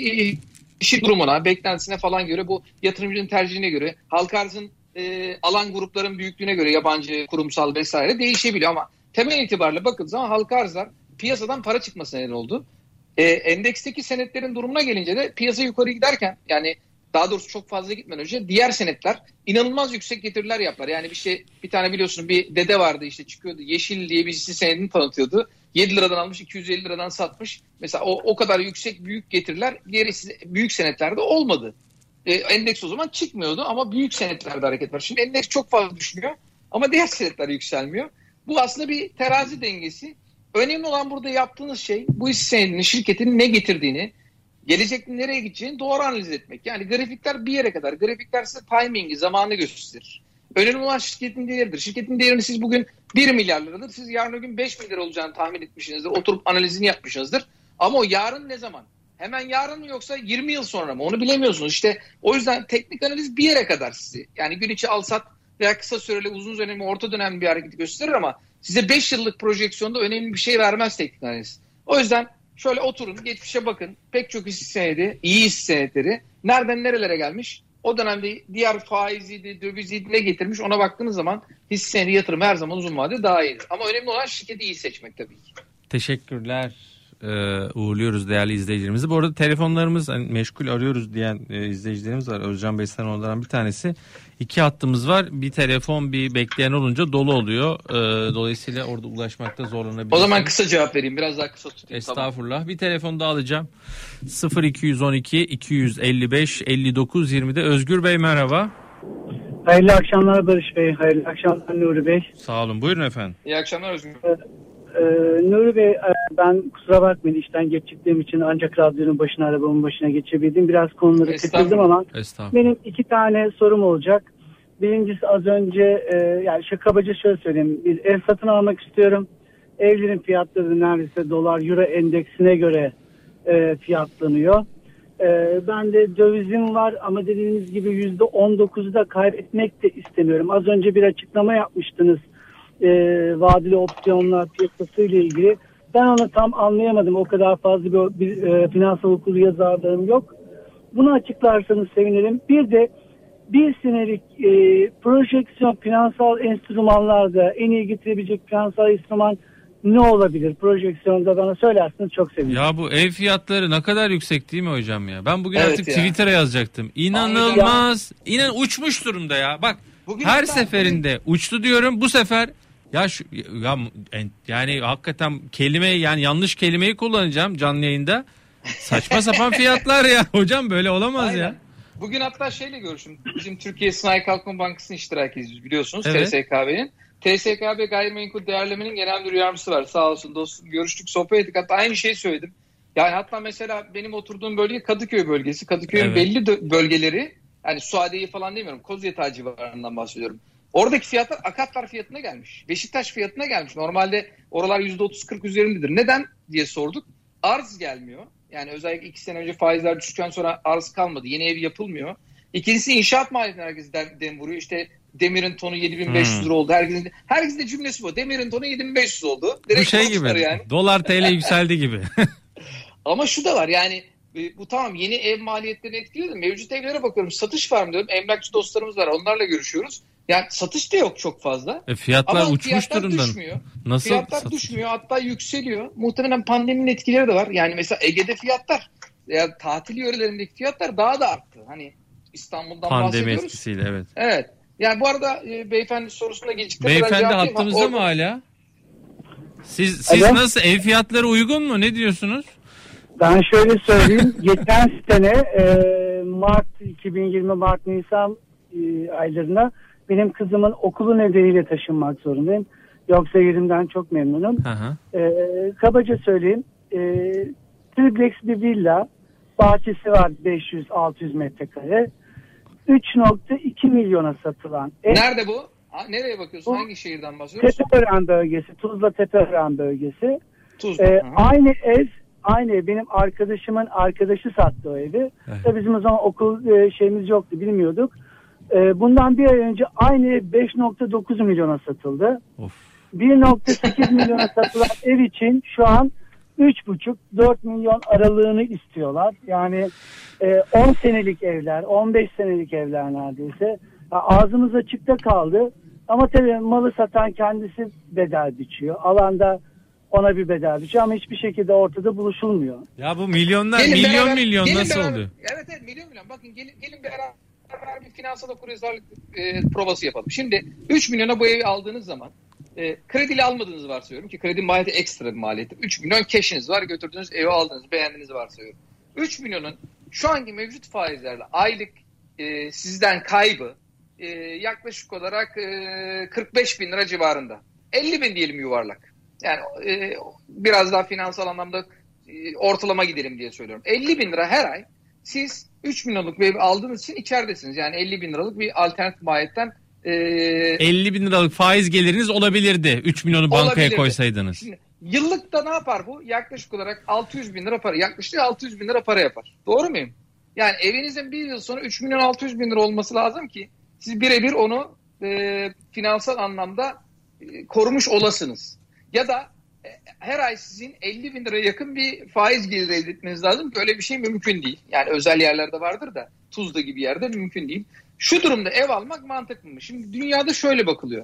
işi durumuna, beklentisine falan göre, bu yatırımcının tercihine göre, halka arzın alan grupların büyüklüğüne göre yabancı, kurumsal vesaire değişebiliyor ama temel itibariyle bakıldığı zaman halka arzlar piyasadan para çıkmasına neden oldu. Endeksteki senetlerin durumuna gelince de piyasa yukarı giderken, yani daha doğrusu çok fazla gitmeden önce diğer senetler inanılmaz yüksek getiriler yaptılar. Yani bir tane biliyorsun bir dede vardı, işte çıkıyordu, Yeşil diye bir hisse senedini tanıtıyordu. 7 liradan almış, 250 liradan satmış. Mesela o kadar yüksek büyük getiriler diğer büyük senetlerde olmadı. Endeks o zaman çıkmıyordu ama büyük senetlerde hareket var. Şimdi endeks çok fazla düşmüyor ama diğer senetler yükselmiyor. Bu aslında bir terazi dengesi. Önemli olan burada yaptığınız şey, bu hisse senedinin, şirketin ne getirdiğini, gelecekte nereye gideceğini doğru analiz etmek. Yani grafikler bir yere kadar. Grafikler size timing'i, zamanı gösterir. Önemli olan şirketin değeridir. Şirketin değerini siz bugün 1 milyar liradır. Siz yarın o gün 5 milyar olacağını tahmin etmişsinizdir. Oturup analizini yapmışsınızdır. Ama o yarın ne zaman? Hemen yarın mı yoksa 20 yıl sonra mı? Onu bilemiyorsunuz. İşte o yüzden teknik analiz bir yere kadar sizi. Yani gün içi al sat veya kısa süreli, uzun dönemli, orta dönemli bir hareket gösterir ama size 5 yıllık projeksiyonda önemli bir şey vermez teknik analiz. O yüzden şöyle oturun, geçmişe bakın. Pek çok hisse senedi, iyi hisse senetleri nereden nerelere gelmiş? O dönemde diğer faiziydi, döviziydi, ne getirmiş, ona baktığınız zaman hisse senedi yatırımı her zaman uzun vadede daha iyidir. Ama önemli olan şirketi iyi seçmek tabii ki. Teşekkürler uğurluyoruz değerli izleyicilerimizi. Bu arada telefonlarımız hani meşgul arıyoruz diyen izleyicilerimiz var. Özcan Bey sen onlardan bir tanesi. 2 hattımız var. Bir telefon bir bekleyen olunca dolu oluyor. Dolayısıyla orada ulaşmakta zorlanabilir. O zaman kısa cevap vereyim. Biraz daha kısa tutayım. Estağfurullah. Tamam. Bir telefon daha alacağım. 0212 255 59 20'de. Özgür Bey merhaba. Hayırlı akşamlar Barış Bey. Hayırlı akşamlar Nuri Bey. Sağ olun. Buyurun efendim. İyi akşamlar Özgür. Nuri Bey, ben kusura bakmayın işten geç çıktığım için ancak radyonun başına, arabamın başına geçebildim. Biraz konuları kaçırdım ama benim 2 tane sorum olacak. Birincisi az önce yani kabaca şöyle söyleyeyim. Bir ev satın almak istiyorum. Evlerin fiyatları neredeyse dolar euro endeksine göre fiyatlanıyor. Ben de dövizim var ama dediğiniz gibi %19'u da kaybetmek de istemiyorum. Az önce bir açıklama yapmıştınız vadeli opsiyonlar piyasası ile ilgili. Ben onu tam anlayamadım. O kadar fazla bir finansal okul yazarlığım yok. Bunu açıklarsanız sevinirim. Bir de bir senelik projeksiyon finansal enstrümanlarda en iyi getirebilecek finansal enstrüman ne olabilir? Projeksiyonda bana söylerseniz çok sevinirim. Ya bu ev fiyatları ne kadar yüksek değil mi hocam ya? Ben bugün artık ya. Twitter'a yazacaktım. İnanılmaz. Uçmuş durumda ya. Bak bugün her seferinde uçtu diyorum. Bu sefer yani hakikaten yani yanlış kelimeyi kullanacağım canlı yayında. Saçma sapan fiyatlar ya. Hocam böyle olamaz. Aynen. Ya. Bugün hatta şeyle görüştüm. Bizim Türkiye Sanayi Kalkınma Bankası'nın iştirakiyiz biliyorsunuz. Evet. TSKB'nin. TSKB Gayrimenkul Değerleme'nin genel müdür yardımcısı var. Sağ olsun dostum. Görüştük, sohbet ettik. Hatta aynı şeyi söyledim. Yani hatta mesela benim oturduğum bölge Kadıköy bölgesi. Kadıköy'ün belli bölgeleri, yani Suadiye'yi falan demiyorum. Kozyatağı civarından bahsediyorum. Oradaki fiyatlar Akatlar fiyatına gelmiş. Beşiktaş fiyatına gelmiş. Normalde oralar %30-40 üzerindedir. Neden diye sorduk. Arz gelmiyor. Yani özellikle 2 sene önce faizler düştükten sonra arz kalmadı. Yeni ev yapılmıyor. İkincisi inşaat maliyetine herkes dem vuruyor. İşte demirin tonu 7.500 lira oldu. Herkesin de cümlesi bu. Demirin tonu 7.500 oldu. Direkt bu şey gibi. Yani. Dolar TL yükseldi gibi. Ama şu da var yani bu tamam yeni ev maliyetlerini etkiliyor da mevcut evlere bakıyorum. Satış var mı diyorum. Emlakçı dostlarımız var. Onlarla görüşüyoruz. Yani satış da yok çok fazla. Fiyatlar ama uçmuş durumda. Nasıl fiyatlar düşmüyor, hatta yükseliyor. Muhtemelen pandeminin etkileri de var. Yani mesela Ege'de fiyatlar, ya tatil yörelerindeki fiyatlar daha da arttı. Hani İstanbul'dan pandemi bahsediyoruz. Pandemi etkisiyle evet. Evet. Yani bu arada beyefendi sorusuna gecikti. Beyefendi hattımızda mı hala? Siz nasıl, ev fiyatları uygun mu? Ne diyorsunuz? Ben şöyle söyleyeyim. Geçen sene Mart 2020 Mart-Nisan aylarında benim kızımın okulu nedeniyle taşınmak zorundayım. Yoksa yerimden çok memnunum. Kabaca söyleyeyim. Triplex bir villa. Bahçesi var 500-600 metrekare. 3.2 milyona satılan ev. Nerede bu? Nereye bakıyorsun? Hangi şehirden bahsediyorsun? Tepeören bölgesi. Tuzla Tepeören bölgesi. Tuzla. Aynı ev benim arkadaşımın arkadaşı sattı o evi. Tabii bizim o zaman okul şeyimiz yoktu, bilmiyorduk. Bundan bir ay önce aynı ev 5.9 milyona satıldı. 1.8 milyona satılan ev için şu an 3.5-4 milyon aralığını istiyorlar. Yani 10 senelik evler, 15 senelik evler neredeyse. Ağzımız açıkta kaldı. Ama tabii malı satan kendisi bedel biçiyor. Alanda ona bir bedel biçiyor ama hiçbir şekilde ortada buluşulmuyor. Ya bu milyonlar, milyon nasıl oluyor? Evet milyon. Bakın gelin beraber bir finansal okuryazarlık provası yapalım. Şimdi 3 milyona bu evi aldığınız zaman krediyle almadığınızı varsayıyorum ki kredi maliyeti ekstra bir maliyeti. 3 milyon cash'iniz var, götürdüğünüz evi aldınız, beğendiğinizi varsayıyorum. 3 milyonun şu anki mevcut faizlerle aylık sizden kaybı yaklaşık olarak 45 bin lira civarında. 50 bin diyelim yuvarlak. Yani biraz daha finansal anlamda ortalama gidelim diye söylüyorum. 50 bin lira her ay siz 3 milyonluk bir ev aldığınız için içeridesiniz. Yani 50 bin liralık bir alternatif maliyetten 50 bin liralık faiz geliriniz olabilirdi. 3 milyonu bankaya koysaydınız. Şimdi, yıllıkta ne yapar bu? Yaklaşık olarak 600 bin lira para. Yaklaşık 600 bin lira para yapar. Doğru muyum? Yani evinizin bir yıl sonra 3 milyon 600 bin lira olması lazım ki siz birebir onu finansal anlamda korumuş olasınız. Ya da her ay sizin 50 bin liraya yakın bir faiz geliri elde etmeniz lazım. Böyle bir şey mümkün değil. Yani özel yerlerde vardır da Tuzla gibi yerde mümkün değil. Şu durumda ev almak mantıklı mı? Şimdi dünyada şöyle bakılıyor.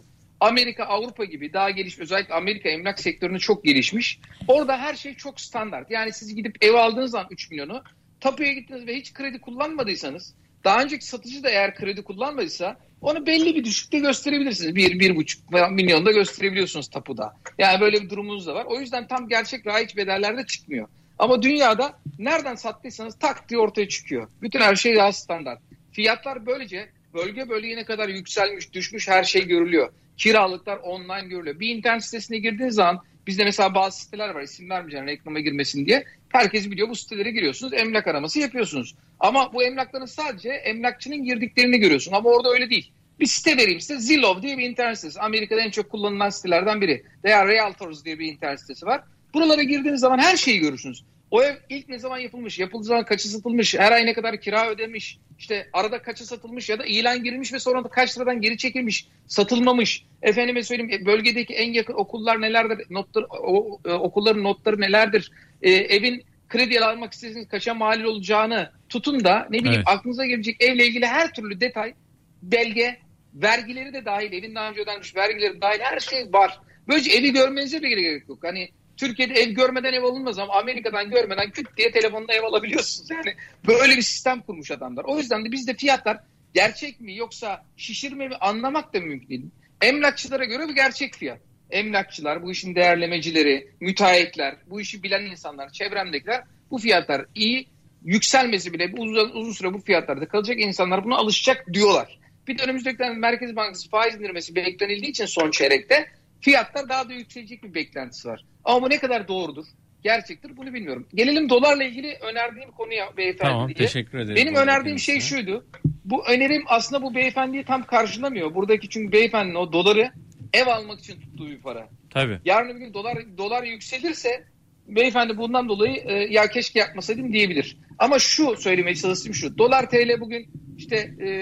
Amerika, Avrupa gibi daha gelişmiş, özellikle Amerika emlak sektöründe çok gelişmiş. Orada her şey çok standart. Yani siz gidip ev aldığınız zaman 3 milyonu, tapuya gittiniz ve hiç kredi kullanmadıysanız, daha önceki satıcı da eğer kredi kullanmadıysa onu belli bir düşükte gösterebilirsiniz. 1,5 milyonda gösterebiliyorsunuz tapuda. Yani böyle bir durumunuz da var. O yüzden tam gerçek raiç bedellerde çıkmıyor. Ama dünyada nereden sattıysanız tak diye ortaya çıkıyor. Bütün her şey daha standart. Fiyatlar böylece bölge bölgeye ne kadar yükselmiş, düşmüş her şey görülüyor. Kiralıklar online görülüyor. Bir internet sitesine girdiğiniz zaman, bizde mesela bazı siteler var, isim vermeyeceğim reklama girmesin diye. Herkes biliyor, bu sitelere giriyorsunuz, emlak araması yapıyorsunuz. Ama bu emlakların sadece emlakçının girdiklerini görüyorsun. Ama orada öyle değil. Bir site vereyim size, Zillow diye bir internet sitesi. Amerika'da en çok kullanılan sitelerden biri. Veya Realtors diye bir internet sitesi var. Buralara girdiğiniz zaman her şeyi görürsünüz. O ev ilk ne zaman yapılmış, yapıldığı zaman kaçı satılmış, her ay ne kadar kira ödemiş, işte arada kaçı satılmış ya da ilan girilmiş ve sonra da kaç liradan geri çekilmiş, satılmamış. Efendime söyleyeyim, bölgedeki en yakın okullar nelerdir, okulların notları nelerdir, evin kredi almak istediğiniz kaça mal olacağını tutun da ne bileyim aklınıza gelecek evle ilgili her türlü detay, belge, vergileri de dahil, evin daha önce ödenmiş vergileri dahil her şey var. Böylece evi görmenize bile gerek yok. Hani Türkiye'de ev görmeden ev alınmaz ama Amerika'dan görmeden küt diye telefonda ev alabiliyorsunuz. Yani böyle bir sistem kurmuş adamlar. O yüzden de bizde fiyatlar gerçek mi yoksa şişirme mi anlamak da mümkün değil. Emlakçılara göre bir gerçek fiyat. Emlakçılar, bu işin değerlemecileri, müteahhitler, bu işi bilen insanlar, çevremdekiler, bu fiyatlar iyi, yükselmesi bile uzun süre bu fiyatlarda kalacak, insanlar buna alışacak diyorlar. Bir de önümüzdeki Merkez Bankası faiz indirmesi beklenildiği için son çeyrekte fiyatlar daha da yükselecek bir beklentisi var. Ama bu ne kadar doğrudur, gerçektir, bunu bilmiyorum. Gelelim dolarla ilgili önerdiğim konuya beyefendi. Tamam, teşekkür ederim. Benim önerdiğim şey şuydu. Bu önerim aslında bu beyefendiyi tam karşılamıyor. Buradaki çünkü beyefendinin o doları ev almak için tuttuğu bir para. Tabii. Yarın bir gün dolar yükselirse beyefendi bundan dolayı ya keşke yapmasaydım diyebilir. Ama şu söylemeye çalıştığım şu. Dolar TL bugün işte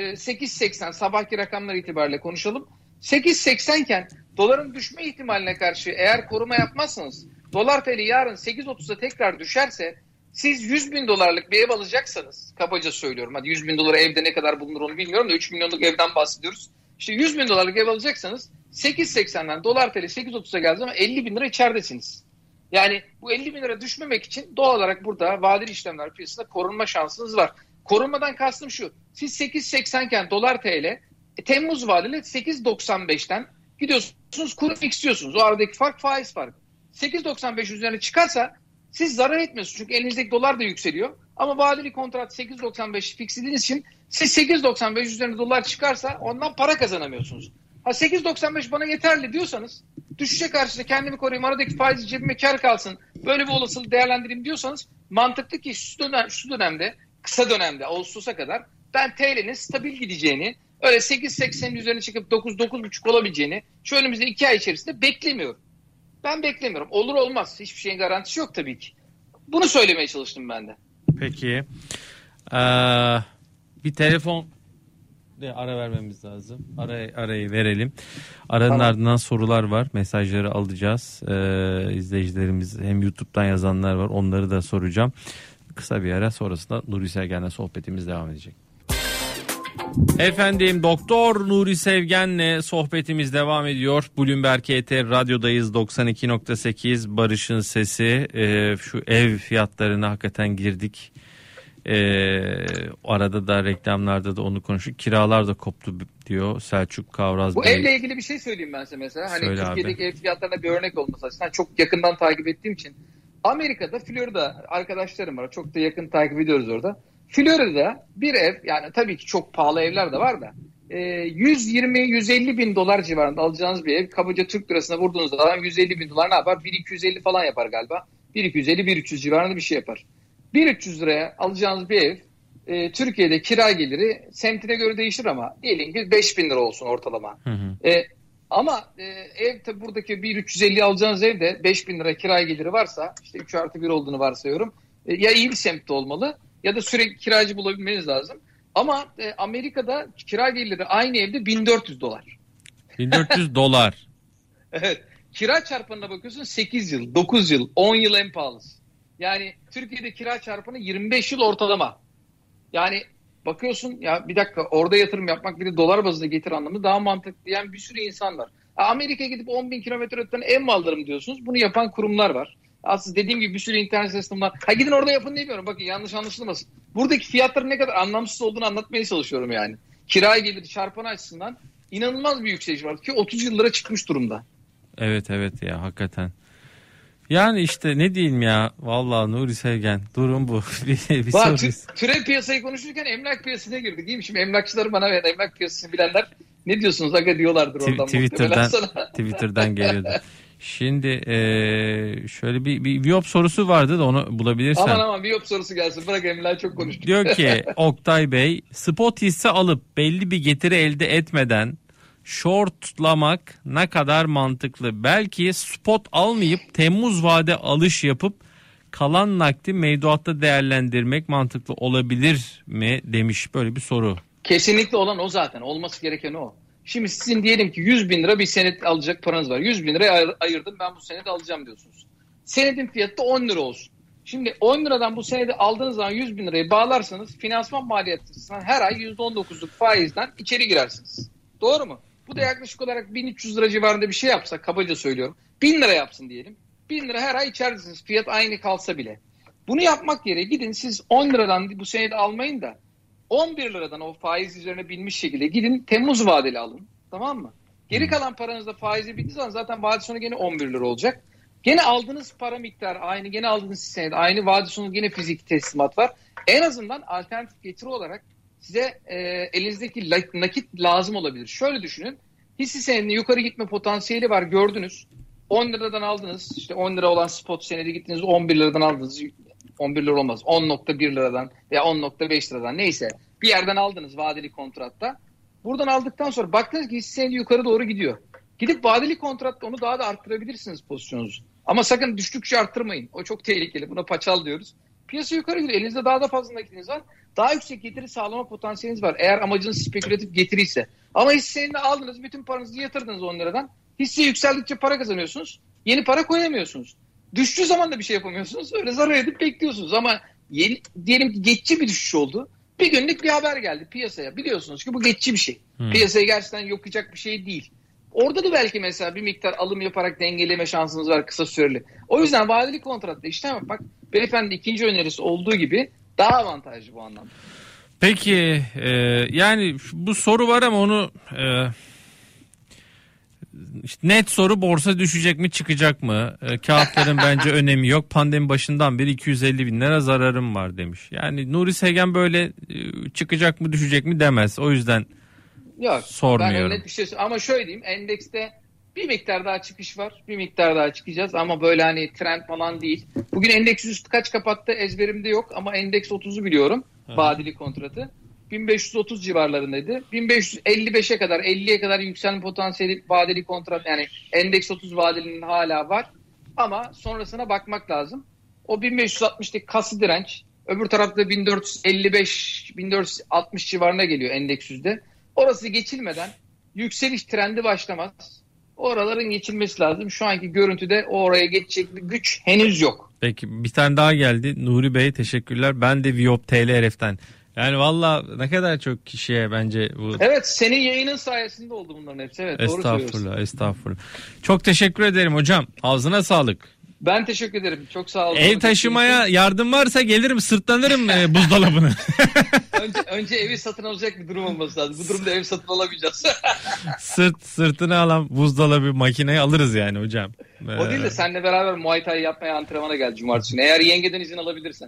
8.80 sabahki rakamlar itibariyle konuşalım. 8.80 iken doların düşme ihtimaline karşı eğer koruma yapmazsanız dolar TL yarın 8.30'a tekrar düşerse siz 100 bin dolarlık bir ev alacaksanız, kabaca söylüyorum, hadi 100 bin dolara evde ne kadar bulunur onu bilmiyorum da 3 milyonluk evden bahsediyoruz. İşte 100 bin dolarlık ev alacaksanız 8.80'den dolar TL 8.30'a geldiği zaman 50 bin lira içeridesiniz. Yani bu 50 bin lira düşmemek için doğal olarak burada vadeli işlemler piyasasında korunma şansınız var. Korunmadan kastım şu: siz 8.80 iken dolar TL Temmuz vadeli 8.95'ten gidiyorsunuz kuru istiyorsunuz. O aradaki fark faiz farkı. 8.95 üzerine çıkarsa siz zarar etmiyorsunuz. Çünkü elinizdeki dolar da yükseliyor. Ama vadeli kontrat 8.95 fixlediğiniz için siz 8.95 üzerine dolar çıkarsa ondan para kazanamıyorsunuz. 8.95 bana yeterli diyorsanız, düşüşe karşı da kendimi koruyayım, aradaki faizi cebime kar kalsın, böyle bir olasılığı değerlendireyim diyorsanız mantıklı ki şu dönemde, kısa dönemde Ağustos'a kadar ben TL'nin stabil gideceğini, öyle 8.80'in üzerine çıkıp 9-9.5 olabileceğini şu önümüzde 2 ay içerisinde beklemiyorum. Ben beklemiyorum. Olur olmaz. Hiçbir şeyin garantisi yok tabii ki. Bunu söylemeye çalıştım ben de. Peki. Bir telefon ara vermemiz lazım. Arayı verelim. Aranın ardından sorular var. Mesajları alacağız. İzleyicilerimiz hem YouTube'dan yazanlar var. Onları da soracağım. Kısa bir ara, sonrasında Nuri Sevgen'le sohbetimiz devam edecek. Efendim, Doktor Nuri Sevgen'le sohbetimiz devam ediyor. Bloomberg ET Radyo'dayız, 92.8 Barış'ın sesi. Şu ev fiyatlarına hakikaten girdik. Arada da reklamlarda da onu konuştuk. Kiralar da koptu diyor Selçuk Kavraz Bu Bey. evle ilgili bir şey söyleyeyim ben size mesela. Hani söyle Türkiye'deki abi. ev fiyatlarına bir örnek olması açısından çok yakından takip ettiğim için. Amerika'da, Florida arkadaşlarım var. Çok da yakın takip ediyoruz orada. Florida'da bir ev, yani tabii ki çok pahalı evler de var da 120-150 bin dolar civarında alacağınız bir ev, kabaca Türk lirasına vurduğunuz zaman 150 bin dolar ne yapar? 1.250 falan yapar galiba. 1.250-1.300 civarında bir şey yapar. 1.300 liraya alacağınız bir ev, Türkiye'de kira geliri semtine göre değişir ama diyelim ki 5 bin lira olsun ortalama. Hı hı. Ama ev tabi buradaki 1.350 alacağınız evde 5 bin lira kira geliri varsa, işte 3+1 olduğunu varsayıyorum. Ya iyi bir semtte olmalı ya da sürekli kiracı bulabilmeniz lazım. Ama Amerika'da kira geliri aynı evde 1400 dolar. 1400 dolar. Evet. Kira çarpanına bakıyorsun 8 yıl, 9 yıl, 10 yıl en pahalısı. Yani Türkiye'de kira çarpanı 25 yıl ortalama. Yani bakıyorsun ya bir dakika, orada yatırım yapmak bir de dolar bazında getir anlamında daha mantıklı diyen bir sürü insan var. Amerika'ya gidip 10.000 kilometre öteden ev mi alırım diyorsunuz. Bunu yapan kurumlar var. Aslında dediğim gibi bir sürü internet sitesi var. Gidin orada yapın demiyorum. Bakın yanlış anlaşılmasın. Buradaki fiyatların ne kadar anlamsız olduğunu anlatmaya çalışıyorum yani. Kiraya gelir çarpanı açısından inanılmaz bir yükseliş var ki 30 yıllara çıkmış durumda. Evet ya hakikaten. Yani işte ne diyeyim ya. Vallahi Nuri Sevgen durum bu. Türev piyasayı konuşurken emlak piyasasına girdik değil mi? Şimdi emlakçıları bana ver. Emlak piyasasını bilenler ne diyorsunuz aga diyorlardır oradan. Twitter'dan geliyordu. Şimdi şöyle bir Viyop sorusu vardı da onu bulabilirsen. Aman Viyop sorusu gelsin. Bırak emlak çok konuştuk. Diyor ki Oktay Bey, spot hisse alıp belli bir getiri elde etmeden shortlamak ne kadar mantıklı? Belki spot almayıp Temmuz vade alış yapıp kalan nakdi mevduatta değerlendirmek mantıklı olabilir mi demiş, böyle bir soru. Kesinlikle olan o zaten. Olması gereken o. Şimdi sizin diyelim ki 100 bin lira bir senet alacak paranız var. 100 bin liraya ayırdım ben bu senedi alacağım diyorsunuz. Senedin fiyatı da 10 lira olsun. Şimdi 10 liradan bu senedi aldığınız zaman 100 bin lirayı bağlarsanız finansman maliyetinden her ay %19'luk faizden içeri girersiniz. Doğru mu? Bu da yaklaşık olarak 1300 lira civarında bir şey yapsak, kabaca söylüyorum. 1000 lira yapsın diyelim. 1000 lira her ay içerisiniz. Fiyat aynı kalsa bile. Bunu yapmak yerine gidin siz 10 liradan bu senedi almayın da 11 liradan o faiz üzerine binmiş şekilde gidin Temmuz vadeli alın. Tamam mı? Geri kalan paranızda faizi bittiği zaman zaten vade sonu gene 11 lira olacak. Gene aldığınız para miktarı aynı. Gene aldığınız senedi aynı. Vade sonu gene fiziki teslimat var. En azından alternatif getiri olarak size elinizdeki nakit lazım olabilir. Şöyle düşünün. Hisse senedinin yukarı gitme potansiyeli var gördünüz. 10 liradan aldınız. İşte 10 lira olan spot senedi gittiniz 11 liradan aldınız. 11 lira olmaz. 10.1 liradan veya 10.5 liradan neyse bir yerden aldınız vadeli kontratta. Buradan aldıktan sonra baktınız ki hisse senedi yukarı doğru gidiyor. Gidip vadeli kontratta onu daha da arttırabilirsiniz pozisyonunuzu. Ama sakın düştükçe arttırmayın. O çok tehlikeli. Buna paçal diyoruz. Piyasa yukarı gidiyor. Elinizde daha da fazla nakitiniz var. Daha yüksek getiri sağlama potansiyeliniz var. Eğer amacınız spekülatif getiri ise. Ama hisse senedini aldınız. Bütün paranızı yatırdınız 10 liradan. Hisse yükseldikçe para kazanıyorsunuz. Yeni para koyamıyorsunuz. Düştüğü zaman da bir şey yapamıyorsunuz. Öyle zarar edip bekliyorsunuz. Ama diyelim ki geçici bir düşüş oldu. Bir günlük bir haber geldi piyasaya. Biliyorsunuz ki bu geçici bir şey. Piyasayı gerçekten yokacak bir şey değil. Orada da belki mesela bir miktar alım yaparak dengeleme şansınız var kısa süreli. O yüzden vadeli kontratta işlem yapmak beyefendi ikinci önerisi olduğu gibi daha avantajlı bu anlamda. Peki yani bu soru var ama onu işte net soru, borsa düşecek mi çıkacak mı? Kağıtların bence önemi yok. Pandemi başından beri 250 bin lira zararım var demiş. Yani Nuri Sevgen böyle çıkacak mı düşecek mi demez. O yüzden yok, sormuyorum. Ben net bir şey ama şöyle diyeyim, endekste bir miktar daha çıkış var. Bir miktar daha çıkacağız ama böyle hani trend falan değil. Bugün endeks üstü kaç kapattı ezberimde yok ama endeks 30'u biliyorum. Vadeli kontratı. 1530 civarlarındaydı. 1555'e kadar 50'ye kadar yükselme potansiyeli vadeli kontrat, yani endeks 30 vadelinin hala var. Ama sonrasına bakmak lazım. O 1560'daki kası direnç, öbür tarafta 1455-1460 civarına geliyor endeks yüzde. Orası geçilmeden yükseliş trendi başlamaz. Oraların geçilmesi lazım. Şu anki görüntüde oraya geçecek bir güç henüz yok. Peki bir tane daha geldi. Nuri Bey teşekkürler. Ben de Viyop TLRF'ten. Yani valla ne kadar çok kişiye bence bu... Evet, senin yayının sayesinde oldu bunların hepsi. Evet, Estağfurullah. Çok teşekkür ederim hocam. Ağzına sağlık. Ben teşekkür ederim. Çok sağ olun. Ev taşımaya yardım varsa gelirim, sırtlanırım buzdolabını. önce evi satın alacak bir durum olması lazım. Bu durumda ev satın alamayacağız. Sırtını alan buzdolabı makineyi alırız yani hocam. O değil de seninle beraber Muay Thai yapmaya antrenmana gel cumartesi. Eğer yengeden izin alabilirsen.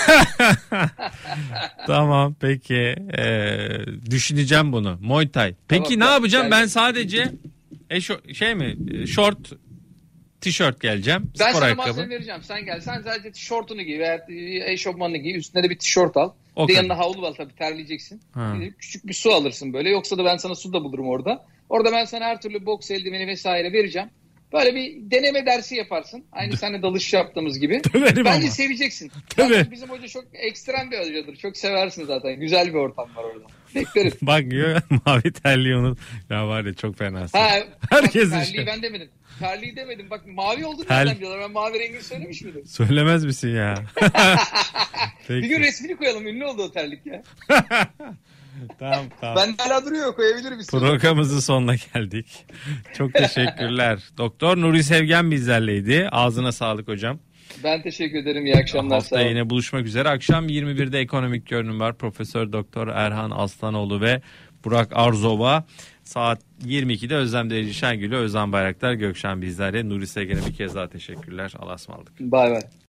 Tamam peki. Düşüneceğim bunu. Muay Thai. Peki tamam, ne yapacağım? Ben sadece short tişört geleceğim. Ben sana malzeme vereceğim. Sen gel. Sen sadece tişörtünü giy veya eşofmanını giy. Üstüne de bir tişört al. Bir de yanına havlu al tabii, terleyeceksin. Küçük bir su alırsın böyle. Yoksa da ben sana su da bulurum orada. Orada ben sana her türlü boks eldiveni vesaire vereceğim. Böyle bir deneme dersi yaparsın. Aynı seninle dalış yaptığımız gibi. Bence ama seveceksin. Tabii. Bizim hoca çok ekstrem bir hocadır. Çok seversin zaten. Güzel bir ortam var orada. Beklerim. Bak mavi terliği onu. Ya var ya çok fenasın. Herkes terliği ben demedim. Terliği demedim. Bak mavi oldu nereden diyorlar. Ben mavi rengini söylemiş miydim? Söylemez misin ya? Bir gün resmini koyalım. Ünlü oldu o terlik ya. Tamam. Ben hala duruyor, koyabilir misin? Programımızın sonuna geldik. Çok teşekkürler. Doktor Nuri Sevgen bizlerleydi. Ağzına sağlık hocam. Ben teşekkür ederim. İyi akşamlar. Hafta yine buluşmak üzere. Akşam 21'de Ekonomik Görünüm var. Profesör Doktor Erhan Aslanoğlu ve Burak Arzova. Saat 22'de Özlem Derici Şengül'ü, Özlem Bayraktar, Gökşen bizlerle. Nuri Sevgen'e bir kez daha teşekkürler. Allah'a ısmarladık. Bay bay.